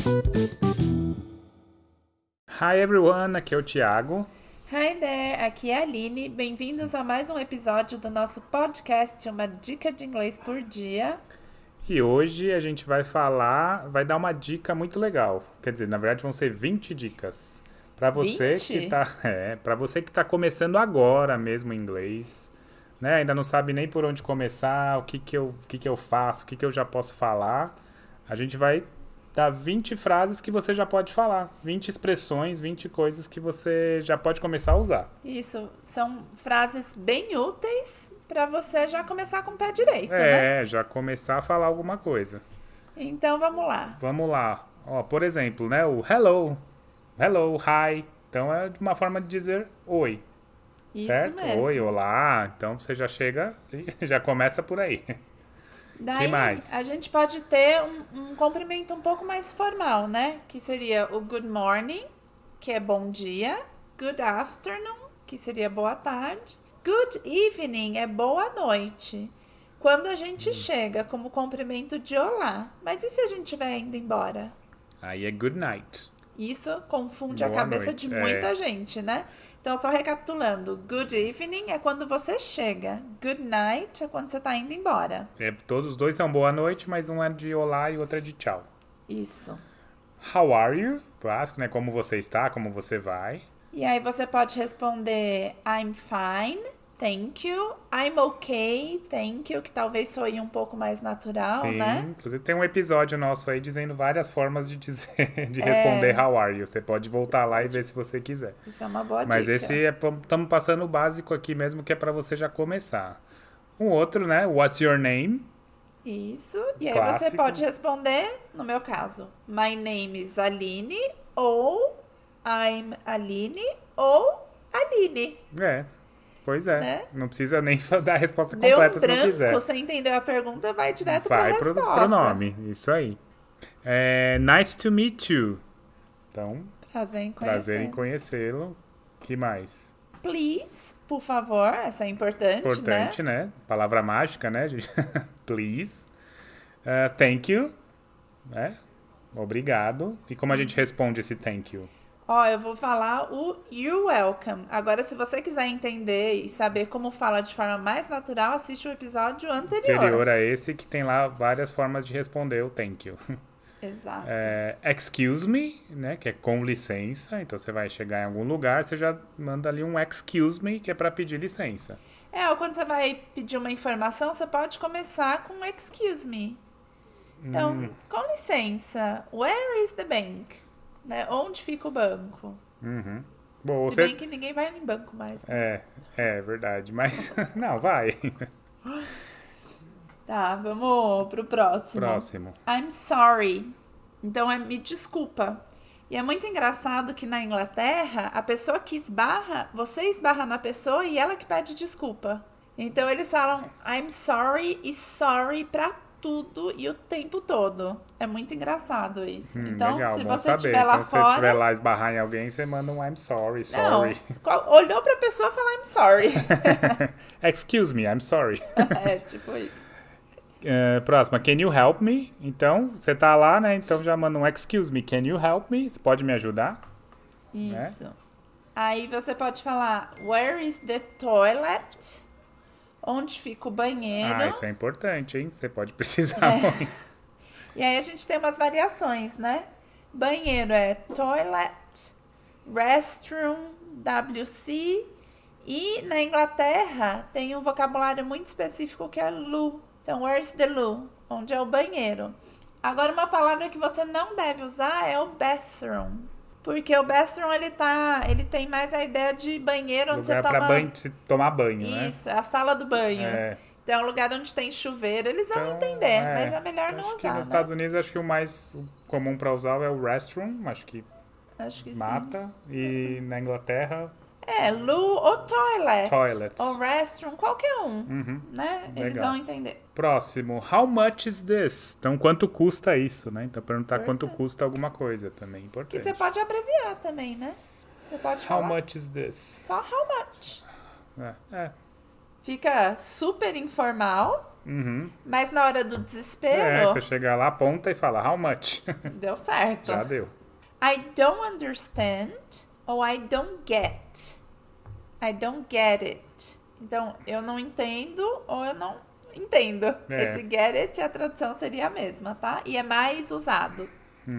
Hi everyone, aqui é o Thiago. Hi there, aqui é a Aline. Bem-vindos a mais um episódio do nosso podcast Uma Dica de Inglês por Dia. E hoje a gente vai dar uma dica muito legal. Quer dizer, na verdade vão ser 20 dicas. Para você 20? para você que tá começando agora mesmo em inglês, né? Ainda não sabe nem por onde começar, o que eu faço, o que eu já posso falar. A gente vai dar 20 frases que você já pode falar, 20 expressões, 20 coisas que você já pode começar a usar. Isso, são frases bem úteis para você já começar com o pé direito, né? Já começar a falar alguma coisa. Então vamos lá. Vamos lá. Ó, por exemplo, né? O hello, hi. Então é uma forma de dizer oi. Isso certo? mesmo. Oi, olá. Então você já chega e já começa por aí. Daí Que mais? a gente pode ter um cumprimento um pouco mais formal, né? Que seria o good morning, que é bom dia. Good afternoon, que seria boa tarde. Good evening é boa noite. Quando a gente chega como cumprimento de olá. Mas e se a gente estiver indo embora? Aí é good night. Isso confunde a Boa cabeça noite, de muita gente, né? Então, só recapitulando. Good evening é quando você chega. Good night é quando você tá indo embora. Todos os dois são boa noite, mas um é de olá e outro é de tchau. Isso. How are you? Clássico, né? Como você está, como você vai. E aí você pode responder I'm fine, thank you. I'm okay, thank you, que talvez soe um pouco mais natural, Sim, né? inclusive tem um episódio nosso aí dizendo várias formas de dizer, de responder how are you. Você pode voltar lá e ver se você quiser. Isso é uma boa Mas dica. estamos passando o básico aqui mesmo, que é para você já começar. Um outro, né? What's your name? Isso. E aí Clássico. você pode responder, no meu caso, My name is Aline, ou I'm Aline, ou Aline. Pois é. Né? Não precisa nem dar a resposta Deu completa um se não quiser. branco, você entendeu a pergunta, vai direto Vai pra resposta. pro nome, isso aí. Nice to meet you. Então, prazer em conhecê-lo. Que mais? Please, por favor, essa é Importante, né? Palavra mágica, né, gente? Please. Thank you. Né? Obrigado. E como a gente responde esse thank you? Ó, eu vou falar o you're welcome. Agora, se você quiser entender e saber como fala de forma mais natural, assiste o episódio anterior. Anterior a esse, que tem lá várias formas de responder o thank you. Exato. Excuse me, né? Que é com licença. Então você vai chegar em algum lugar, você já manda ali um excuse me, que é para pedir licença. Ou quando você vai pedir uma informação, você pode começar com excuse me. Então, com licença, where is the bank? Né? Onde fica o banco? Uhum. Bom, Se bem que ninguém vai em banco mais. Né? É verdade. Mas, não, vai. Tá, vamos pro próximo. I'm sorry. Então, me desculpa. E é muito engraçado que na Inglaterra, a pessoa que esbarra, você esbarra na pessoa e ela que pede desculpa. Então, eles falam I'm sorry e sorry pra tudo e o tempo todo. É muito engraçado isso. Então, legal, se bom você saber. estiver lá então, se fora... você estiver lá esbarrar em alguém, você manda um I'm sorry. Não, olhou pra pessoa e fala I'm sorry. Excuse me, I'm sorry. É, tipo isso. Próxima, can you help me? Então, você tá lá, né? Então já manda um excuse me, can you help me? Você pode me ajudar? Isso. Né? Aí você pode falar where is the toilet? Onde fica o banheiro? Isso é importante, hein? Você pode precisar muito. E aí a gente tem umas variações, né? Banheiro é toilet, restroom, WC. E na Inglaterra tem um vocabulário muito específico que é loo. Então, where's the loo? Onde é o banheiro? Agora, uma palavra que você não deve usar é o bathroom. Porque o bathroom, ele tem mais a ideia de banheiro onde lugar você toma... pra tomar banho, né? Isso, é a sala do banho. Então, é um lugar onde tem chuveiro. Eles vão entender, mas é melhor não usar, nos Estados Unidos, acho que o mais comum pra usar é o restroom. Acho que mata. Sim. E na Inglaterra... loo ou toilet. Toilet. Ou restroom, qualquer um. Né? Eles Legal. vão entender. Próximo. How much is this? Então, quanto custa isso, né? Então, perguntar quanto custa alguma coisa também. Importante. Que você pode abreviar também, né? Você pode falar. How much is this? Só how much. É. Fica super informal, Mas na hora do desespero, Você chega lá, aponta e fala, how much? deu certo. Já deu. I don't understand ou I don't get. I don't get it. Então, eu não entendo ou eu não entendo. Esse get it, a tradução seria a mesma, tá? E é mais usado.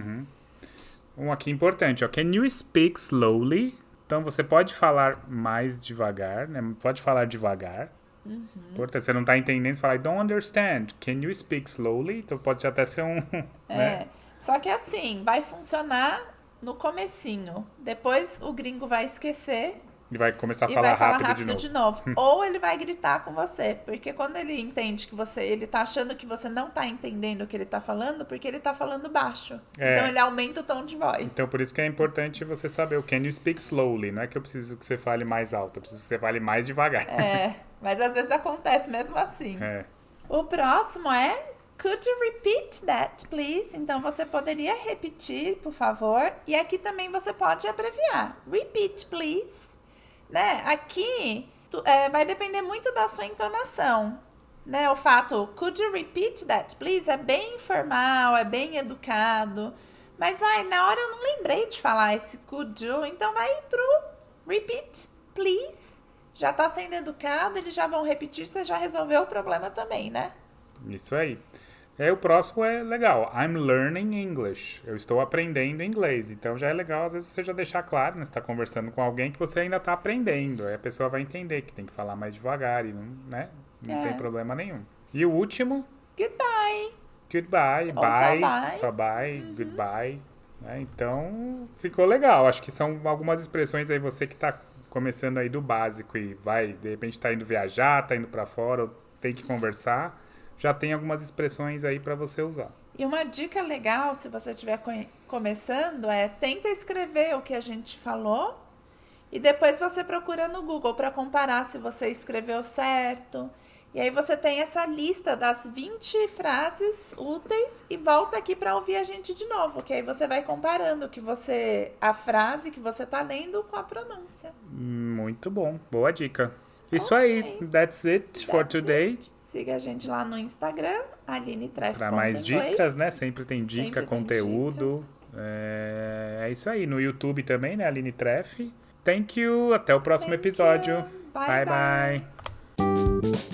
Um aqui importante, ó. Can you speak slowly? Então, você pode falar mais devagar, né? Pode falar devagar. Importante, você não tá entendendo, você fala, I don't understand. Can you speak slowly? Então, pode até ser um... né? Só que assim, vai funcionar no comecinho. Depois o gringo vai esquecer E vai começar a e falar vai falar rápido rápido de novo. Ou ele vai gritar com você. Porque quando ele entende que ele tá achando que você não tá entendendo o que ele tá falando, porque ele tá falando baixo. Então ele aumenta o tom de voz. Então, por isso que é importante você saber o can you speak slowly. Não é que eu preciso que você fale mais alto, eu preciso que você fale mais devagar. Mas às vezes acontece mesmo assim. O próximo é could you repeat that, please? Então você poderia repetir, por favor. E aqui também você pode abreviar. Repeat, please. Né? Aqui vai depender muito da sua entonação. Né? O fato could you repeat that, please? É bem informal, é bem educado. Mas na hora eu não lembrei de falar esse could you. Então vai pro repeat, please. Já tá sendo educado, eles já vão repetir, você já resolveu o problema também, né? Isso aí. O próximo é legal. I'm learning English. Eu estou aprendendo inglês. Então já é legal, às vezes, você já deixar claro, né? Você está conversando com alguém que você ainda está aprendendo. Aí a pessoa vai entender que tem que falar mais devagar e não tem problema nenhum. E o último? Goodbye. Goodbye. Ou Bye. só bye. Goodbye. Então, ficou legal. Acho que são algumas expressões aí, você que está começando aí do básico e de repente tá indo viajar, tá indo para fora, ou tem que conversar, já tem algumas expressões aí para você usar. E uma dica legal, se você estiver começando, tenta escrever o que a gente falou e depois você procura no Google para comparar se você escreveu certo. E aí você tem essa lista das 20 frases úteis e volta aqui para ouvir a gente de novo, que aí você vai comparando a frase que você tá lendo com a pronúncia. Muito bom, boa dica. Isso aí, that's it for today. Siga a gente lá no Instagram, AlineTreff. Para mais dicas, né? Sempre tem dica, conteúdo. É isso aí, no YouTube também, né? Aline Treff. Thank you, até o próximo episódio. Bye.